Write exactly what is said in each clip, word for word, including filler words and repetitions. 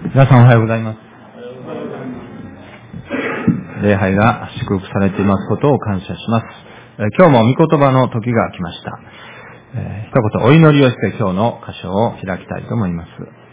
皆さんおはようございます。礼拝が祝福されていますことを感謝します。今日も御言葉の時が来ました。えー、一言お祈りをして今日の箇所を開きたいと思います。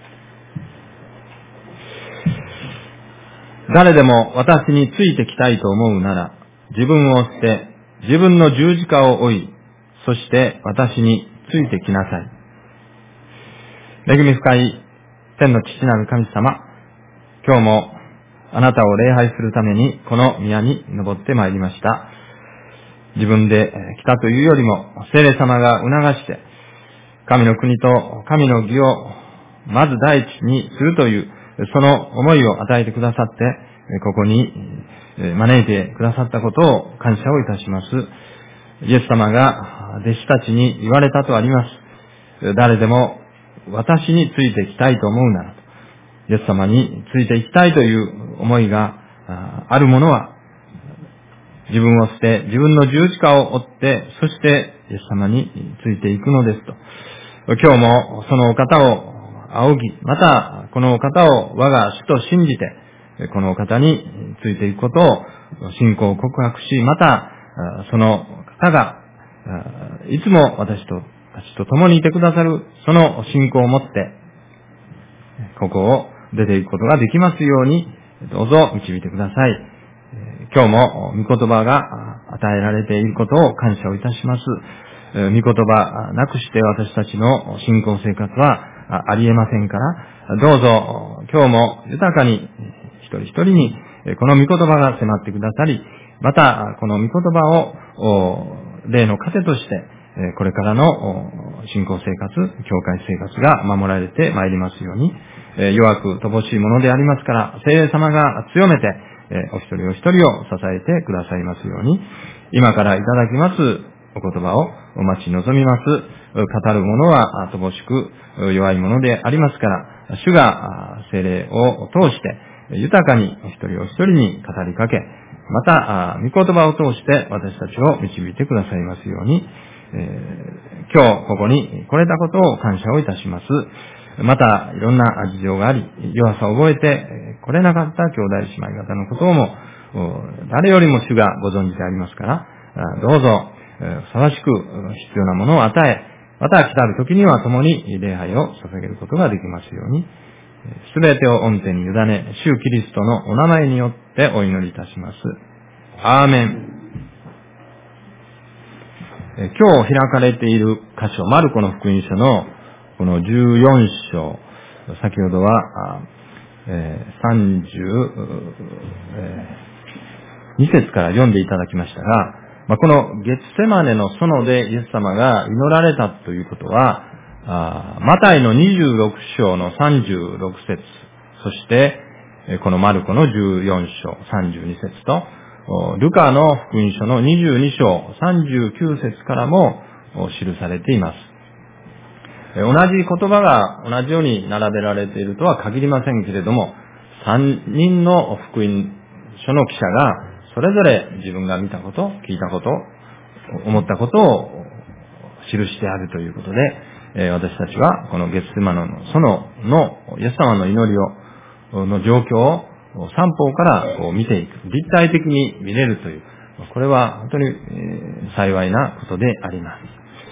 誰でも私についてきたいと思うなら、自分を捨て、自分の十字架を追い、そして私についてきなさい。恵み深い天の父なる神様、今日もあなたを礼拝するためにこの宮に登ってまいりました。自分で来たというよりも聖霊様が促して神の国と神の義をまず第一にするというその思いを与えてくださってここに招いてくださったことを感謝をいたします。イエス様が弟子たちに言われたとあります。誰でも私についてきたいと思うならと、イエス様についていきたいという思いがある者は、自分を捨て、自分の十字架を追って、そしてイエス様についていくのですと。今日もそのお方を仰ぎ、またこのお方を我が主と信じて、このお方についていくことを信仰を告白し、またその方がいつも私とたちと共にいてくださる、その信仰を持って、ここを出ていくことができますように、どうぞ導いてください。今日も御言葉が与えられていることを感謝をいたします。御言葉なくして私たちの信仰生活はありえませんから、どうぞ今日も豊かに一人一人にこの御言葉が迫ってくださり、またこの御言葉を霊の糧としてこれからの信仰生活、教会生活が守られてまいりますように、弱く乏しいものでありますから、聖霊様が強めてお一人お一人を支えてくださいますように、今からいただきますお言葉をお待ち望みます。語る者は乏しく弱いものでありますから、主が聖霊を通して豊かにお一人お一人に語りかけ、また御言葉を通して私たちを導いてくださいますように、えー、今日ここに来れたことを感謝をいたします。またいろんな事情があり、弱さを覚えて来れなかった兄弟姉妹方のことをも誰よりも主がご存知でありますから、どうぞふさわしく必要なものを与え、また来たる時には共に礼拝を捧げることができますように、すべてを御手に委ね、主キリストのお名前によってお祈りいたします。アーメン。今日開かれている箇所、マルコの福音書のこのじゅうよん章、先ほどはさんじゅうに節から読んでいただきましたが、このゲツセマネの園でイエス様が祈られたということは、マタイのにじゅうろく章のさんじゅうろく節、そしてこのマルコのじゅうよん章さんじゅうに節と、ルカの福音書のにじゅうに章さんじゅうきゅう節からも記されています。同じ言葉が同じように並べられているとは限りませんけれども、さんにんの福音書の記者がそれぞれ自分が見たこと、聞いたこと、思ったことを記してあるということで、私たちはこのゲツセマネの園のイエス様の祈りをの状況を三方からこう見ていく、立体的に見れるという、これは本当に幸いなことであります。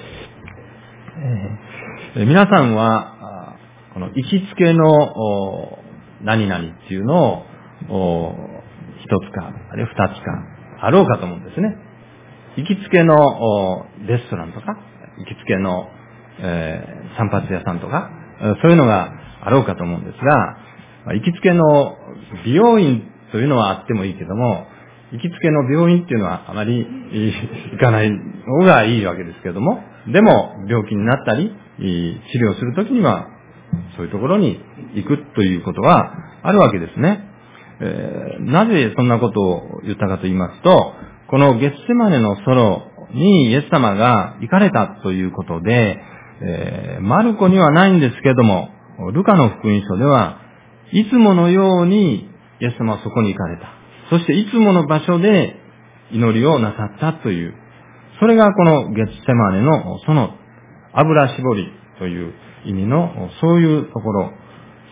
えー、皆さんはこの行きつけの何々っていうのを一つかあるいは二つかあろうかと思うんですね。行きつけのレストランとか行きつけの、えー、散髪屋さんとかそういうのがあろうかと思うんですが、行きつけの美容院というのはあってもいいけども、行きつけの病院っていうのはあまり行かない方がいいわけですけれども、でも病気になったり治療するときにはそういうところに行くということはあるわけですね。えー、なぜそんなことを言ったかと言いますと、このゲツセマネの園にイエス様が行かれたということで、えー、マルコにはないんですけれども、ルカの福音書ではいつものようにイエス様はそこに行かれた。そしていつもの場所で祈りをなさったという、それがこのゲツセマネの園、油絞りという意味のそういうところ、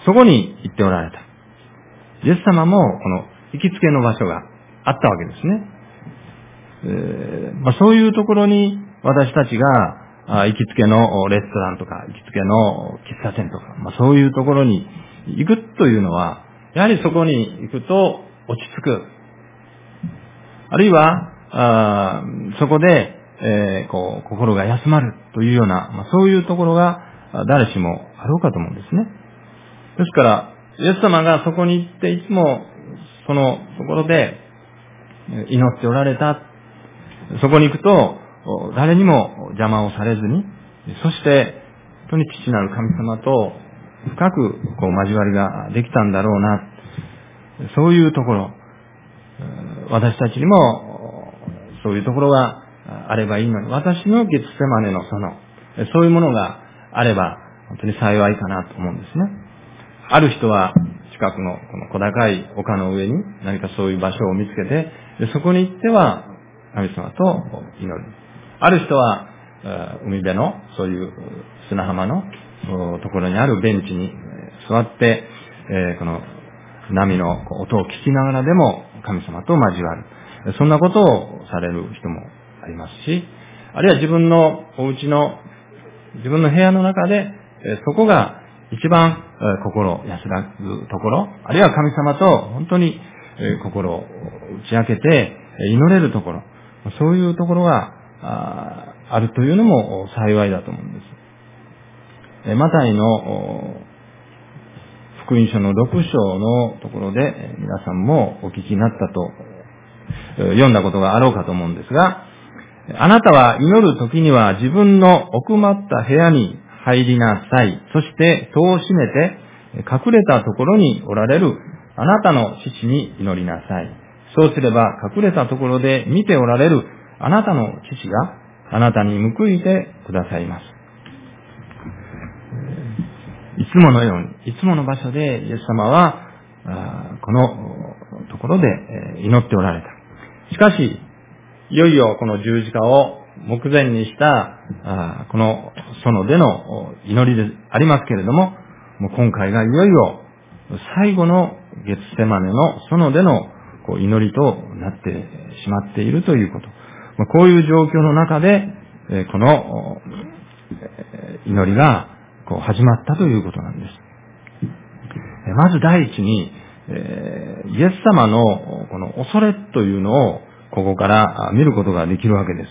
そこに行っておられた。イエス様もこの行きつけの場所があったわけですね。えーまあ、そういうところに私たちがあ行きつけのレストランとか行きつけの喫茶店とか、まあ、そういうところに行くというのは、やはりそこに行くと落ち着く。あるいは、あそこで、えー、こう心が休まるというような、まあ、そういうところが誰しもあろうかと思うんですね。ですから、イエス様がそこに行っていつもそのところで祈っておられた。そこに行くと誰にも邪魔をされずに、そして本当に父なる神様と深くこう交わりができたんだろうな。そういうところ、私たちにもそういうところがあればいいのに、私のゲツセマネの園、そういうものがあれば本当に幸いかなと思うんですね。ある人は近くのこの小高い丘の上に何かそういう場所を見つけて、でそこに行っては神様と祈る。ある人は海辺のそういう砂浜のところにあるベンチに座って、この波の音を聞きながらでも神様と交わる。そんなことをされる人もありますし、あるいは自分のお家の、自分の部屋の中で、そこが一番心安らぐところ、あるいは神様と本当に心を打ち明けて祈れるところ、そういうところがあるというのも幸いだと思うんです。マタイの福音書のろく章のところで皆さんもお聞きになったと読んだことがあろうかと思うんですが、あなたは祈るときには自分の奥まった部屋に入りなさい。そして戸を閉めて隠れたところにおられるあなたの父に祈りなさい。そうすれば隠れたところで見ておられるあなたの父があなたに報いてくださいます。いつものように、いつもの場所でイエス様はこのところで祈っておられた。しかし、いよいよこの十字架を目前にしたこの園での祈りでありますけれども、もう今回がいよいよ最後のゲツセマネの園での祈りとなってしまっているということ。こういう状況の中でこの祈りが始まったということなんです。まず第一に、イエス様のこの恐れというのをここから見ることができるわけです。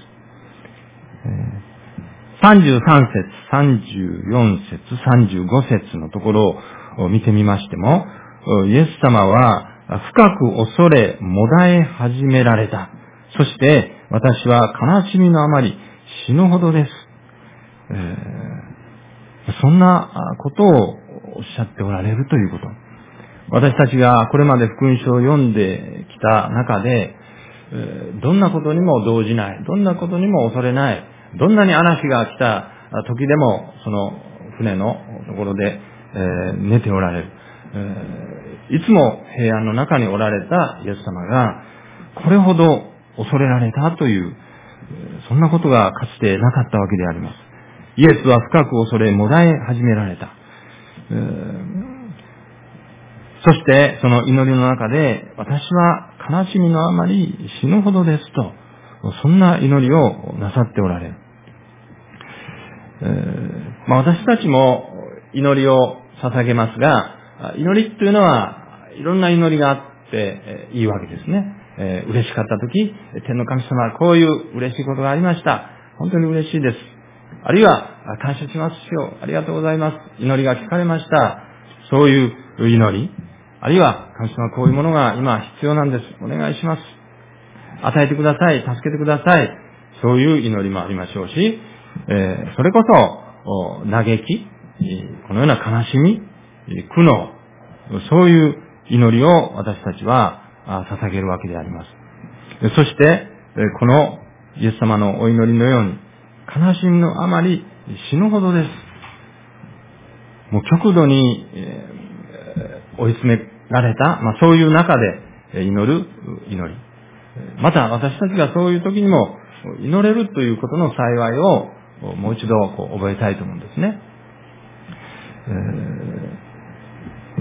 さんじゅうさん節、さんじゅうよん節、さんじゅうご節のところを見てみましても、イエス様は深く恐れ、もだえ始められた。そして、私は悲しみのあまり死ぬほどです。えー、そんなことをおっしゃっておられるということ。私たちがこれまで福音書を読んできた中で、どんなことにも動じない、どんなことにも恐れない、どんなに嵐が来た時でもその船のところで、えー、寝ておられる、えー、いつも平安の中におられたイエス様がこれほど恐れられたという、そんなことがかつてなかったわけであります。イエスは深く恐れもだえ始められた、えー、そしてその祈りの中で、私は悲しみのあまり死ぬほどですと、そんな祈りをなさっておられる。えーまあ、私たちも祈りを捧げますが、祈りというのはいろんな祈りがあっていいわけですね。えー、嬉しかったとき、天の神様、こういう嬉しいことがありました。本当に嬉しいです。あるいは、感謝しますよ。ありがとうございます。祈りが聞かれました。そういう祈り。あるいは、神様、こういうものが今必要なんです。お願いします。与えてください。助けてください。そういう祈りもありましょうし、えー、それこそ、嘆き、このような悲しみ、苦悩、そういう祈りを私たちは捧げるわけであります。そして、このイエス様のお祈りのように、悲しみのあまり死ぬほどです。もう極度に、えー、追い詰められた、まあ、そういう中で祈る祈り。また私たちがそういう時にも祈れるということの幸いをもう一度こう覚えたいと思うんですね。え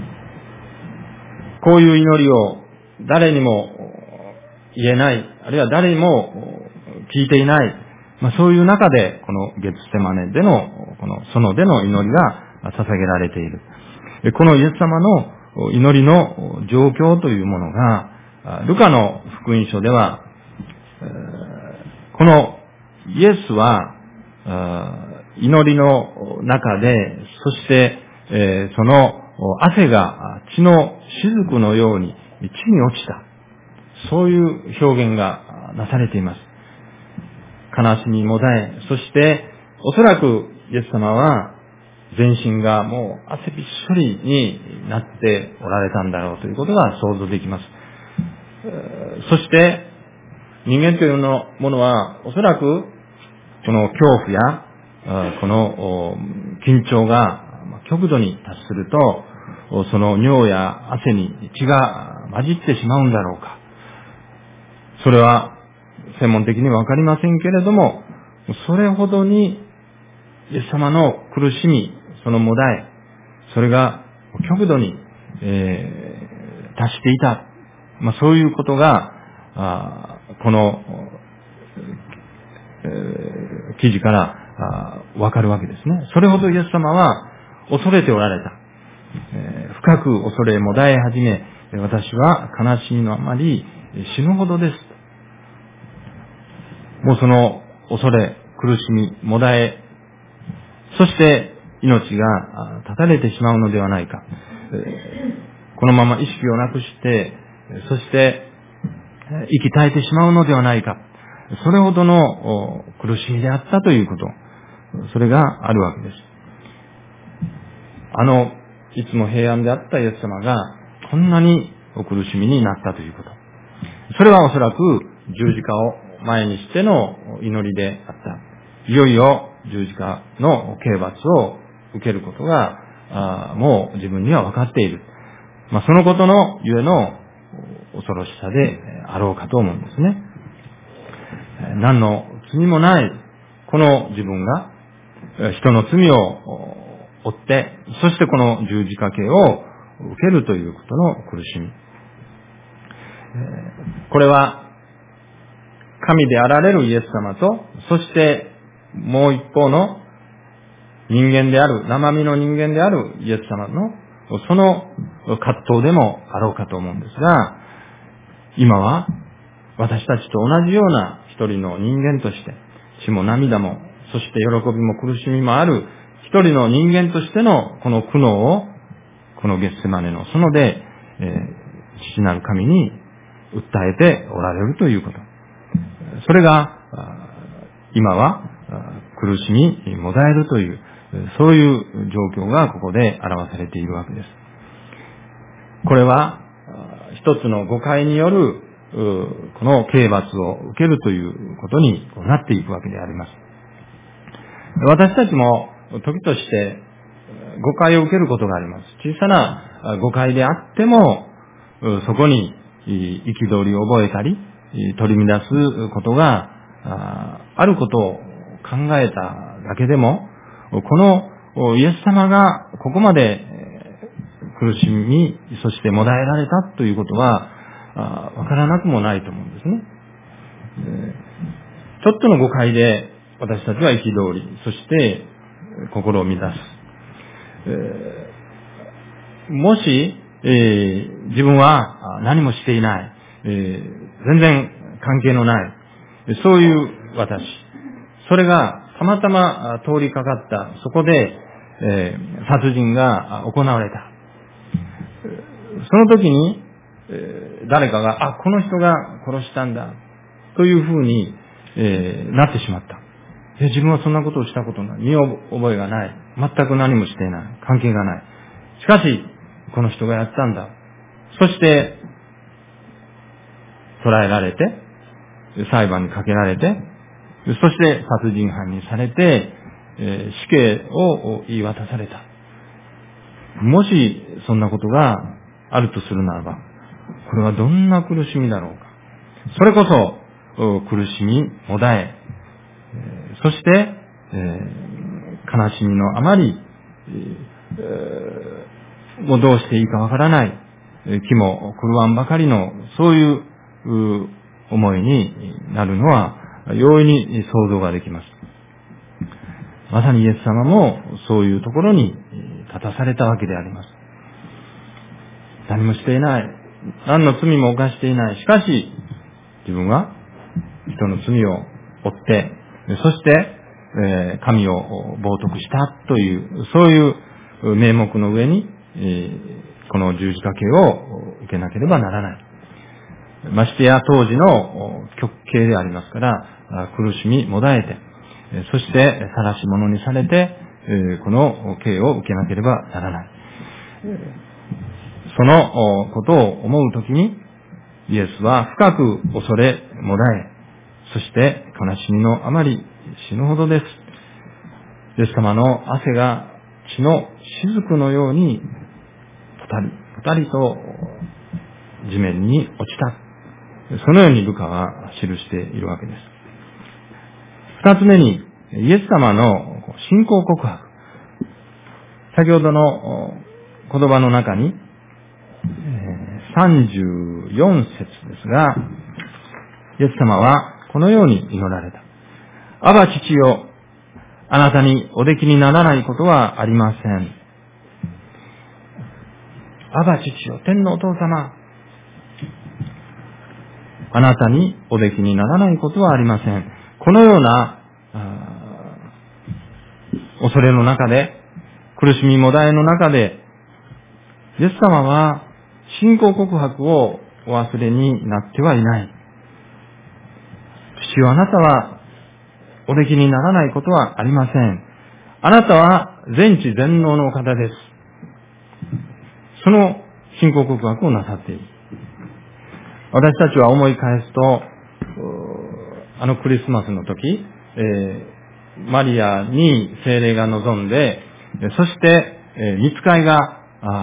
こういう祈りを誰にも言えない、あるいは誰にも聞いていない、まあ、そういう中で、このゲツセマネでの、この園での祈りが捧げられている。このイエス様の祈りの状況というものが、ルカの福音書では、このイエスは、祈りの中で、そして、その汗が血の雫のように地に落ちた。そういう表現がなされています。悲しみもだえ、そしておそらくイエス様は全身がもう汗びっしょりになっておられたんだろうということが想像できます。そして人間というものはおそらくこの恐怖やこの緊張が極度に達すると、その尿や汗に血が混じってしまうんだろうか。それは専門的にはわかりませんけれども、それほどにイエス様の苦しみ、そのもだえ、それが極度に、えー、達していた。まあ、そういうことが、あこの、えー、記事からわかるわけですね。それほどイエス様は恐れておられた。えー、深く恐れもだえ始め、私は悲しみのあまり死ぬほどです。もうその恐れ、苦しみ、もだえ、そして命が絶たれてしまうのではないか。このまま意識をなくして、そして息絶えてしまうのではないか。それほどの苦しみであったということ。それがあるわけです。あの、いつも平安であったイエス様が、こんなにお苦しみになったということ。それはおそらく十字架を前にしての祈りであった。いよいよ十字架の刑罰を受けることが、あもう自分には分かっている。まあ、そのことのゆえの恐ろしさであろうかと思うんですね。何の罪もない、この自分が人の罪を負って、そしてこの十字架刑を受けるということの苦しみ。これは神であられるイエス様と、そしてもう一方の人間である、生身の人間であるイエス様のその葛藤でもあろうかと思うんですが、今は私たちと同じような一人の人間として、血も涙も、そして喜びも苦しみもある一人の人間としてのこの苦悩を、このゲッセマネの園で、えー、父なる神に訴えておられるということ。それが、今は苦しみ、もだえるという、そういう状況がここで表されているわけです。これは、一つの誤解による、この刑罰を受けるということになっていくわけであります。私たちも時として誤解を受けることがあります。小さな誤解であっても、そこに憤りを覚えたり、取り乱すことがあることを考えただけでも、このイエス様がここまで苦しみ、そしてもだえられたということはわからなくもないと思うんですね。ちょっとの誤解で私たちは憤り、そして心を乱す。もし、えー、自分は何もしていない、えー、全然関係のない、そういう私、それがたまたま通りかかった、そこで、えー、殺人が行われた。その時に、えー、誰かが、あ、この人が殺したんだ、というふうに、えー、なってしまった。自分はそんなことをしたことない。身を覚えがない。全く何もしていない。関係がない。しかし、この人がやったんだ。そして、捕らえられて、裁判にかけられて、そして殺人犯にされて、えー、死刑を言い渡された。もし、そんなことがあるとするならば、これはどんな苦しみだろうか。それこそ、苦しみ、もだえ、そして、えー、悲しみのあまり、えー、もうどうしていいかわからない。 気も狂わんばかりの、そういう思いになるのは、容易に想像ができます。まさにイエス様もそういうところに立たされたわけであります。何もしていない。何の罪も犯していない。しかし、自分は人の罪を負って、そして、えー、神を冒涜したという、そういう名目の上に、えー、この十字架刑を受けなければならない。ましてや当時の極刑でありますから、苦しみもだえて、そして晒し者にされて、この刑を受けなければならない。そのことを思うときに、イエスは深く恐れもだえ、そして悲しみのあまり死ぬほどです。イエス様の汗が血の雫のように、ぽたり、ぽたりと地面に落ちた。そのようにルカは記しているわけです。二つ目に、イエス様の信仰告白。先ほどの言葉の中に、さんじゅうよん節ですが、イエス様はこのように祈られた。アバ父よ、あなたにおできにならないことはありません。アバ父よ、天のお父様、あなたにおできにならないことはありません。このような恐れの中で、苦しみもだえの中で、イエス様は信仰告白をお忘れになってはいない。父よ、あなたはおできにならないことはありません。あなたは全知全能のお方です。その信仰告白をなさっている。私たちは思い返すと、あのクリスマスの時、えー、マリアに聖霊が望んで、そして、えー、御使いが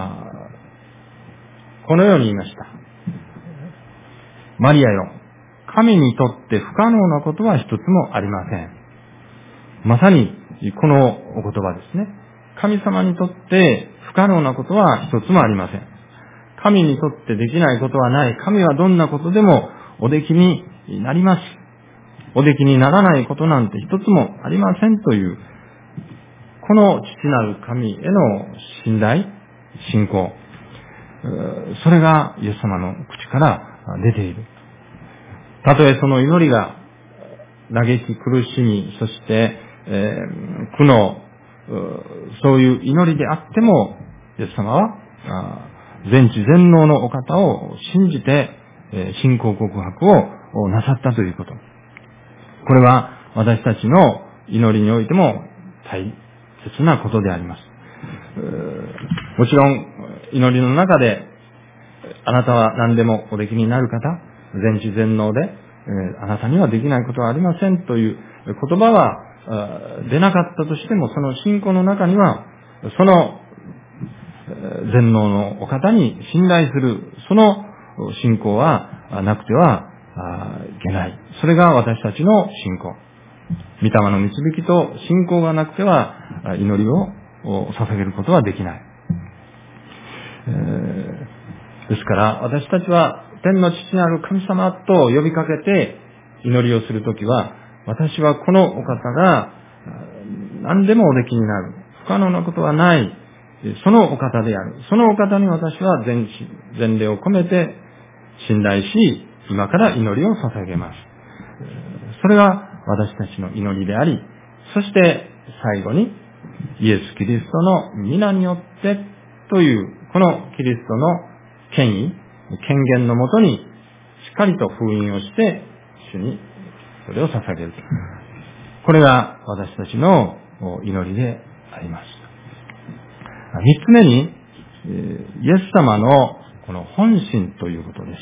このように言いました。マリアよ、神にとって不可能なことは一つもありません。まさにこのお言葉ですね。神様にとって不可能なことは一つもありません。神にとってできないことはない。神はどんなことでもおできになります。おできにならないことなんて一つもありませんという、この父なる神への信頼、信仰、それがイエス様の口から出ている。たとえその祈りが嘆き苦しみ、そして、えー、苦悩、そういう祈りであっても、イエス様は全知全能のお方を信じて、えー、信仰告白をなさったということ。これは私たちの祈りにおいても大切なことであります。もちろん祈りの中で、あなたは何でもおできになる方、全知全能で、あなたにはできないことはありませんという言葉は出なかったとしても、その信仰の中には、その全能のお方に信頼する、その信仰はなくてはいけない。それが私たちの信仰。御霊の導きと信仰がなくては祈りを捧げることはできない。えー、ですから私たちは天の父なる神様と呼びかけて祈りをするときは、私はこのお方が何でもおできになる。不可能なことはない。そのお方である。そのお方に私は全全霊を込めて信頼し、今から祈りを捧げます。それが私たちの祈りであり、そして最後にイエス・キリストの皆によってという、このキリストの権威、権限のもとにしっかりと封印をして主にそれを捧げる。これが私たちの祈りであります。三つ目に、イエス様のこの本心ということです。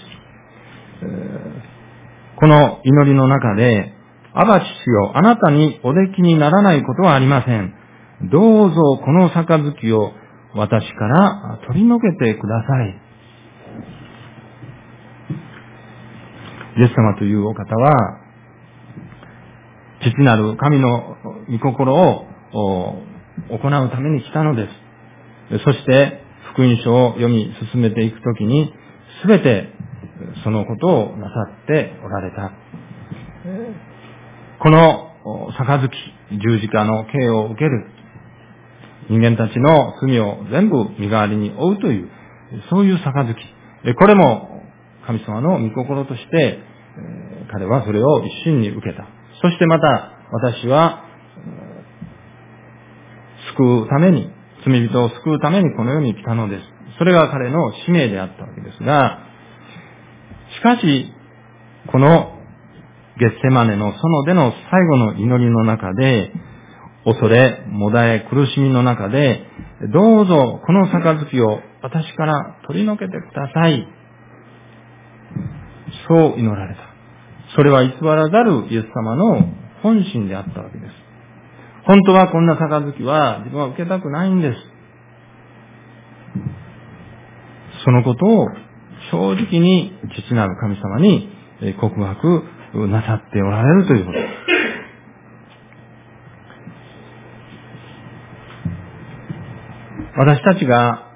この祈りの中で、アバ父よ、あなたにおできにならないことはありません。どうぞこの杯を私から取り除けてください。イエス様というお方は、父なる神の御心を行うために来たのです。そして福音書を読み進めていくときに、すべてそのことをなさっておられた。この杯、十字架の刑を受ける人間たちの罪を全部身代わりに負うという、そういう杯。これも神様の御心として、彼はそれを一心に受けた。そしてまた私は救うために、罪人を救うためにこの世に来たのです。それが彼の使命であったわけですが、しかし、このゲッセマネの園での最後の祈りの中で、恐れ、もだえ、苦しみの中で、どうぞこの杯を私から取り除けてください。そう祈られた。それは偽らざるイエス様の本心であったわけです。本当はこんな杯は自分は受けたくないんです。そのことを正直に父なる神様に告白なさっておられるということです。私たちが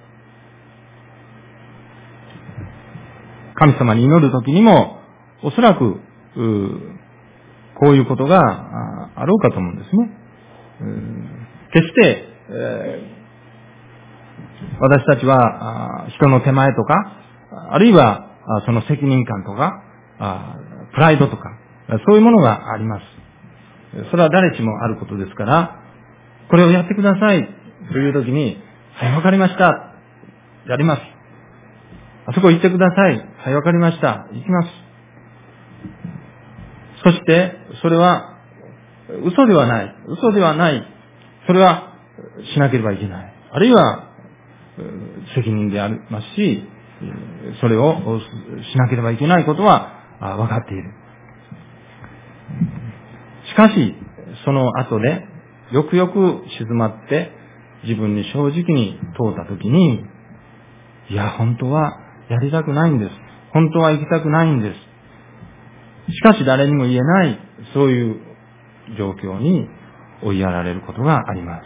神様に祈るときにも、おそらくこういうことがあろうかと思うんですね。決して、えー、私たちは人の手前とか、あるいはその責任感とか、プライドとか、そういうものがあります。それは誰しもあることですから、これをやってくださいというときに、はい、わかりました。やります。あそこ行ってください。はい、わかりました。行きます。そして、それは、嘘ではない。嘘ではない。それは、しなければいけない。あるいは、責任でありますし、それをしなければいけないことは分かっている。しかし、その後で、よくよく静まって、自分に正直に問うたときに、いや、本当はやりたくないんです。本当は行きたくないんです。しかし誰にも言えない、そういう状況に追いやられることがあります。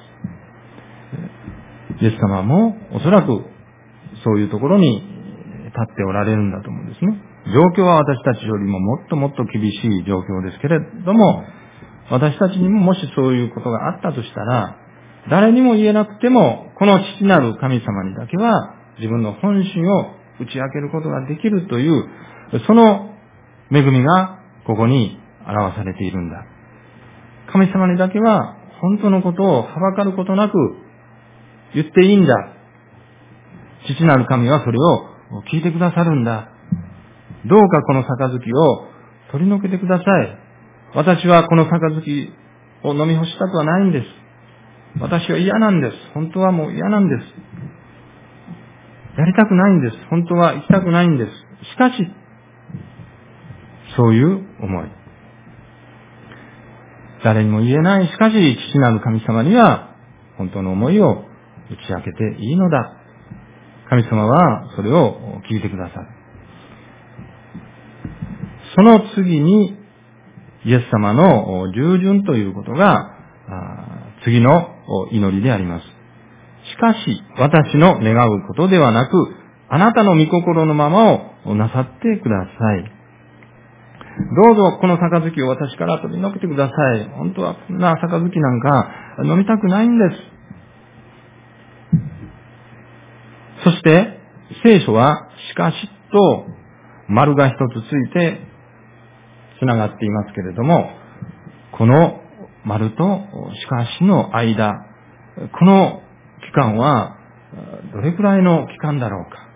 イエス様もおそらくそういうところに立っておられるんだと思うんですね。状況は私たちよりももっともっと厳しい状況ですけれども、私たちにももしそういうことがあったとしたら、誰にも言えなくても、この父なる神様にだけは自分の本心を打ち明けることができるという、その恵みがここに表されているんだ。神様にだけは本当のことをはばかることなく言っていいんだ。父なる神はそれを聞いてくださるんだ。どうかこの杯を取り除けてください。私はこの杯を飲み干したくはないんです。私は嫌なんです。本当はもう嫌なんです。やりたくないんです。本当は行きたくないんです。しかし、そういう思い。誰にも言えない。しかし、父なる神様には、本当の思いを打ち明けていいのだ。神様はそれを聞いてくださる。その次に、イエス様の従順ということが、次の祈りであります。しかし、私の願うことではなく、あなたの御心のままをなさってください。どうぞこの杯を私から取り除けてください。本当はこんな杯なんか飲みたくないんです。そして、聖書は、しかしと丸が一つついてつながっていますけれども、この丸としかしの間、この期間はどれくらいの期間だろうか。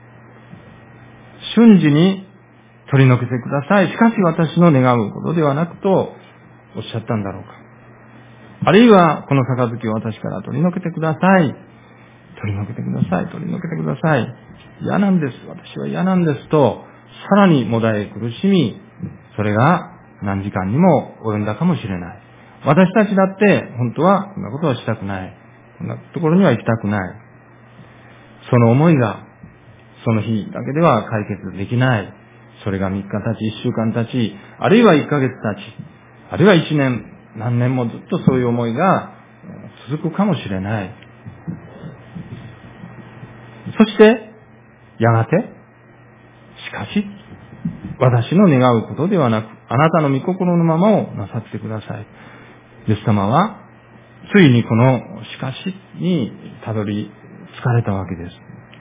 瞬時に取り除けてください。しかし私の願うことではなくとおっしゃったんだろうか。あるいはこの杯を私から取り除けてください。取り除けてください。取り除けてください。嫌なんです。私は嫌なんですと、さらにもだえ苦しみ、それが何時間にも及んだかもしれない。私たちだって本当はこんなことはしたくない。こんなところには行きたくない。その思いがその日だけでは解決できない。それがみっか経ち、いっしゅうかん経ち、あるいはいっかげつ経ち、あるいはいちねん、何年もずっとそういう思いが続くかもしれない。 そして、やがて、しかし、私の願うことではなく、あなたの御心のままをなさってください。イエス様は、ついにこのしかしにたどり着かれたわけです。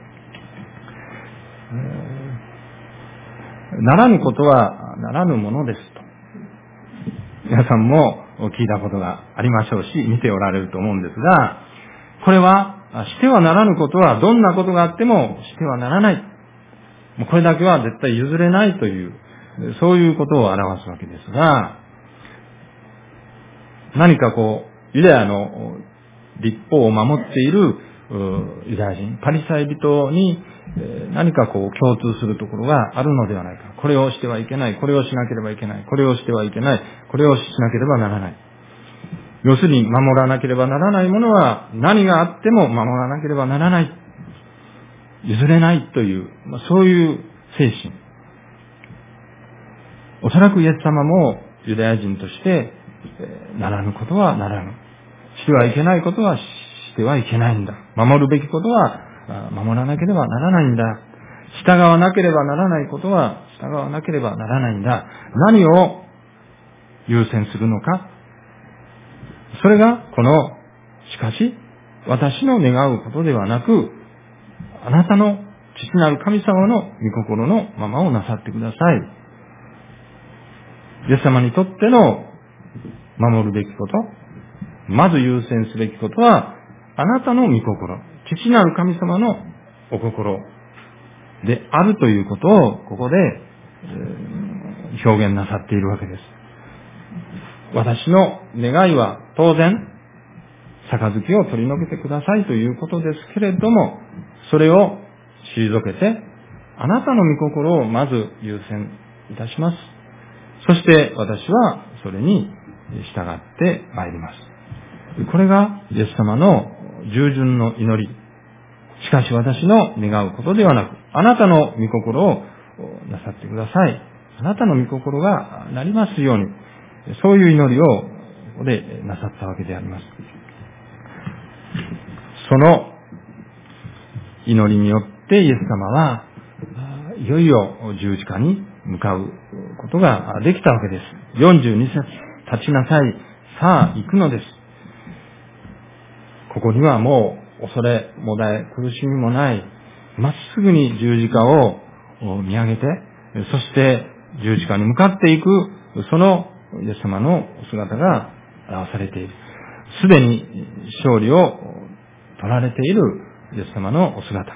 ならぬことはならぬものですと。皆さんも聞いたことがありましょうし、見ておられると思うんですが、これは、してはならぬことはどんなことがあってもしてはならない。もうこれだけは絶対譲れないという、そういうことを表すわけですが、何かこう、ユダヤの立法を守っているユダヤ人、パリサイ人に何かこう共通するところがあるのではないか。これをしてはいけない。これをしなければいけない。これをしてはいけない。これをしなければならない。要するに守らなければならないものは何があっても守らなければならない。譲れないという、そういう精神。おそらくイエス様もユダヤ人として、ならぬことはならぬ。してはいけないことはしてはいけないんだ。守るべきことは守らなければならないんだ。従わなければならないことは従わなければならないんだ。何を優先するのか。それがこの、しかし、私の願うことではなく、あなたの父なる神様の御心のままをなさってください。イエス様にとっての守るべきこと、まず優先すべきことは、あなたの御心、父なる神様のお心であるということを、ここで、えー、表現なさっているわけです。私の願いは当然、杯を取り除けてくださいということですけれども、それを退けて、あなたの御心をまず優先いたします。そして私はそれに従ってまいります。これがイエス様の従順の祈り。しかし私の願うことではなく、あなたの御心をなさってください。あなたの御心がなりますように、そういう祈りをここでなさったわけであります。その祈りによってイエス様はいよいよ十字架に向かうことができたわけです。よんじゅうに節、立ちなさい、さあ行くのです。ここにはもう恐れもだえ苦しみもない、まっすぐに十字架を見上げて、そして十字架に向かっていく、そのイエス様の姿が表されている。すでに勝利を取られているイエス様のお姿。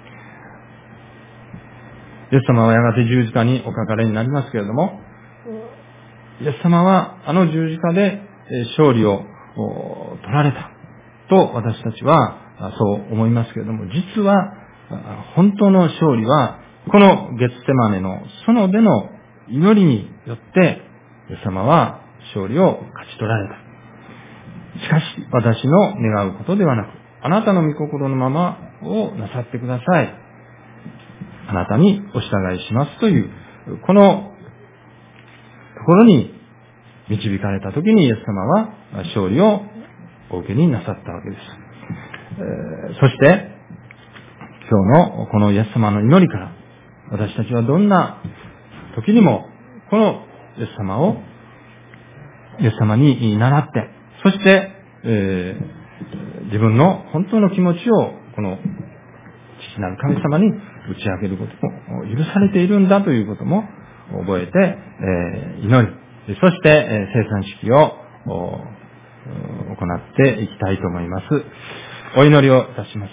イエス様はやがて十字架におかかれになりますけれども、イエス様はあの十字架で勝利を取られたと私たちはそう思いますけれども、実は本当の勝利はこのゲッセマネの園での祈りによってイエス様は勝利を勝ち取られた。しかし私の願うことではなく、あなたの御心のままをなさってください。あなたにお従いしますという、このところに導かれたときにイエス様は勝利をお受けになさったわけです。えー、そして、今日のこのイエス様の祈りから、私たちはどんな時にも、このイエス様を、イエス様に習って、そして、えー、自分の本当の気持ちを、この父なる神様に打ち明けることも許されているんだということも覚えて、えー、祈り、そして、えー、生産式を行っていきたいと思います。お祈りをいたします。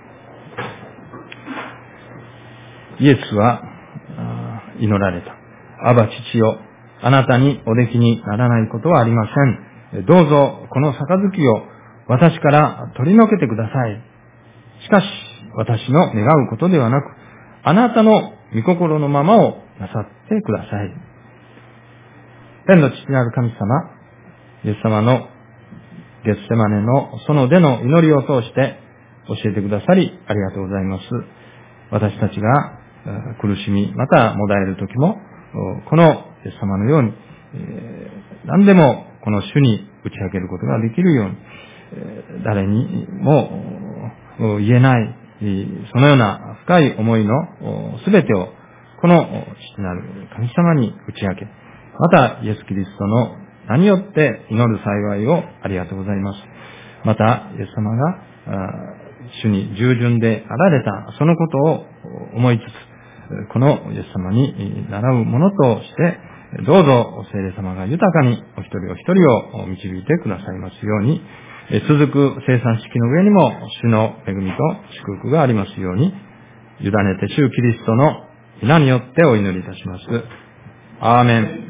イエスは祈られた。アバ父よ、あなたにおできにならないことはありません。どうぞこの杯を私から取り除けてください。しかし、私の願うことではなく、あなたの御心のままをなさってください。天の父なる神様、イエス様のゲッセマネの園での祈りを通して教えてくださりありがとうございます。私たちが苦しみ、またもだえるときも、このイエス様のように、何でもこの主に打ち明けることができるように、誰にも言えないそのような深い思いのすべてを、この父なる神様に打ち明け、また、イエス・キリストの名によって祈る幸いをありがとうございます。また、イエス様が、主に従順であられた、そのことを思いつつ、このイエス様に習うものとして、どうぞ聖霊様が豊かにお一人お一人を導いてくださいますように、続く生産式の上にも主の恵みと祝福がありますように、委ねて主キリストの皆によってお祈りいたします。アーメン。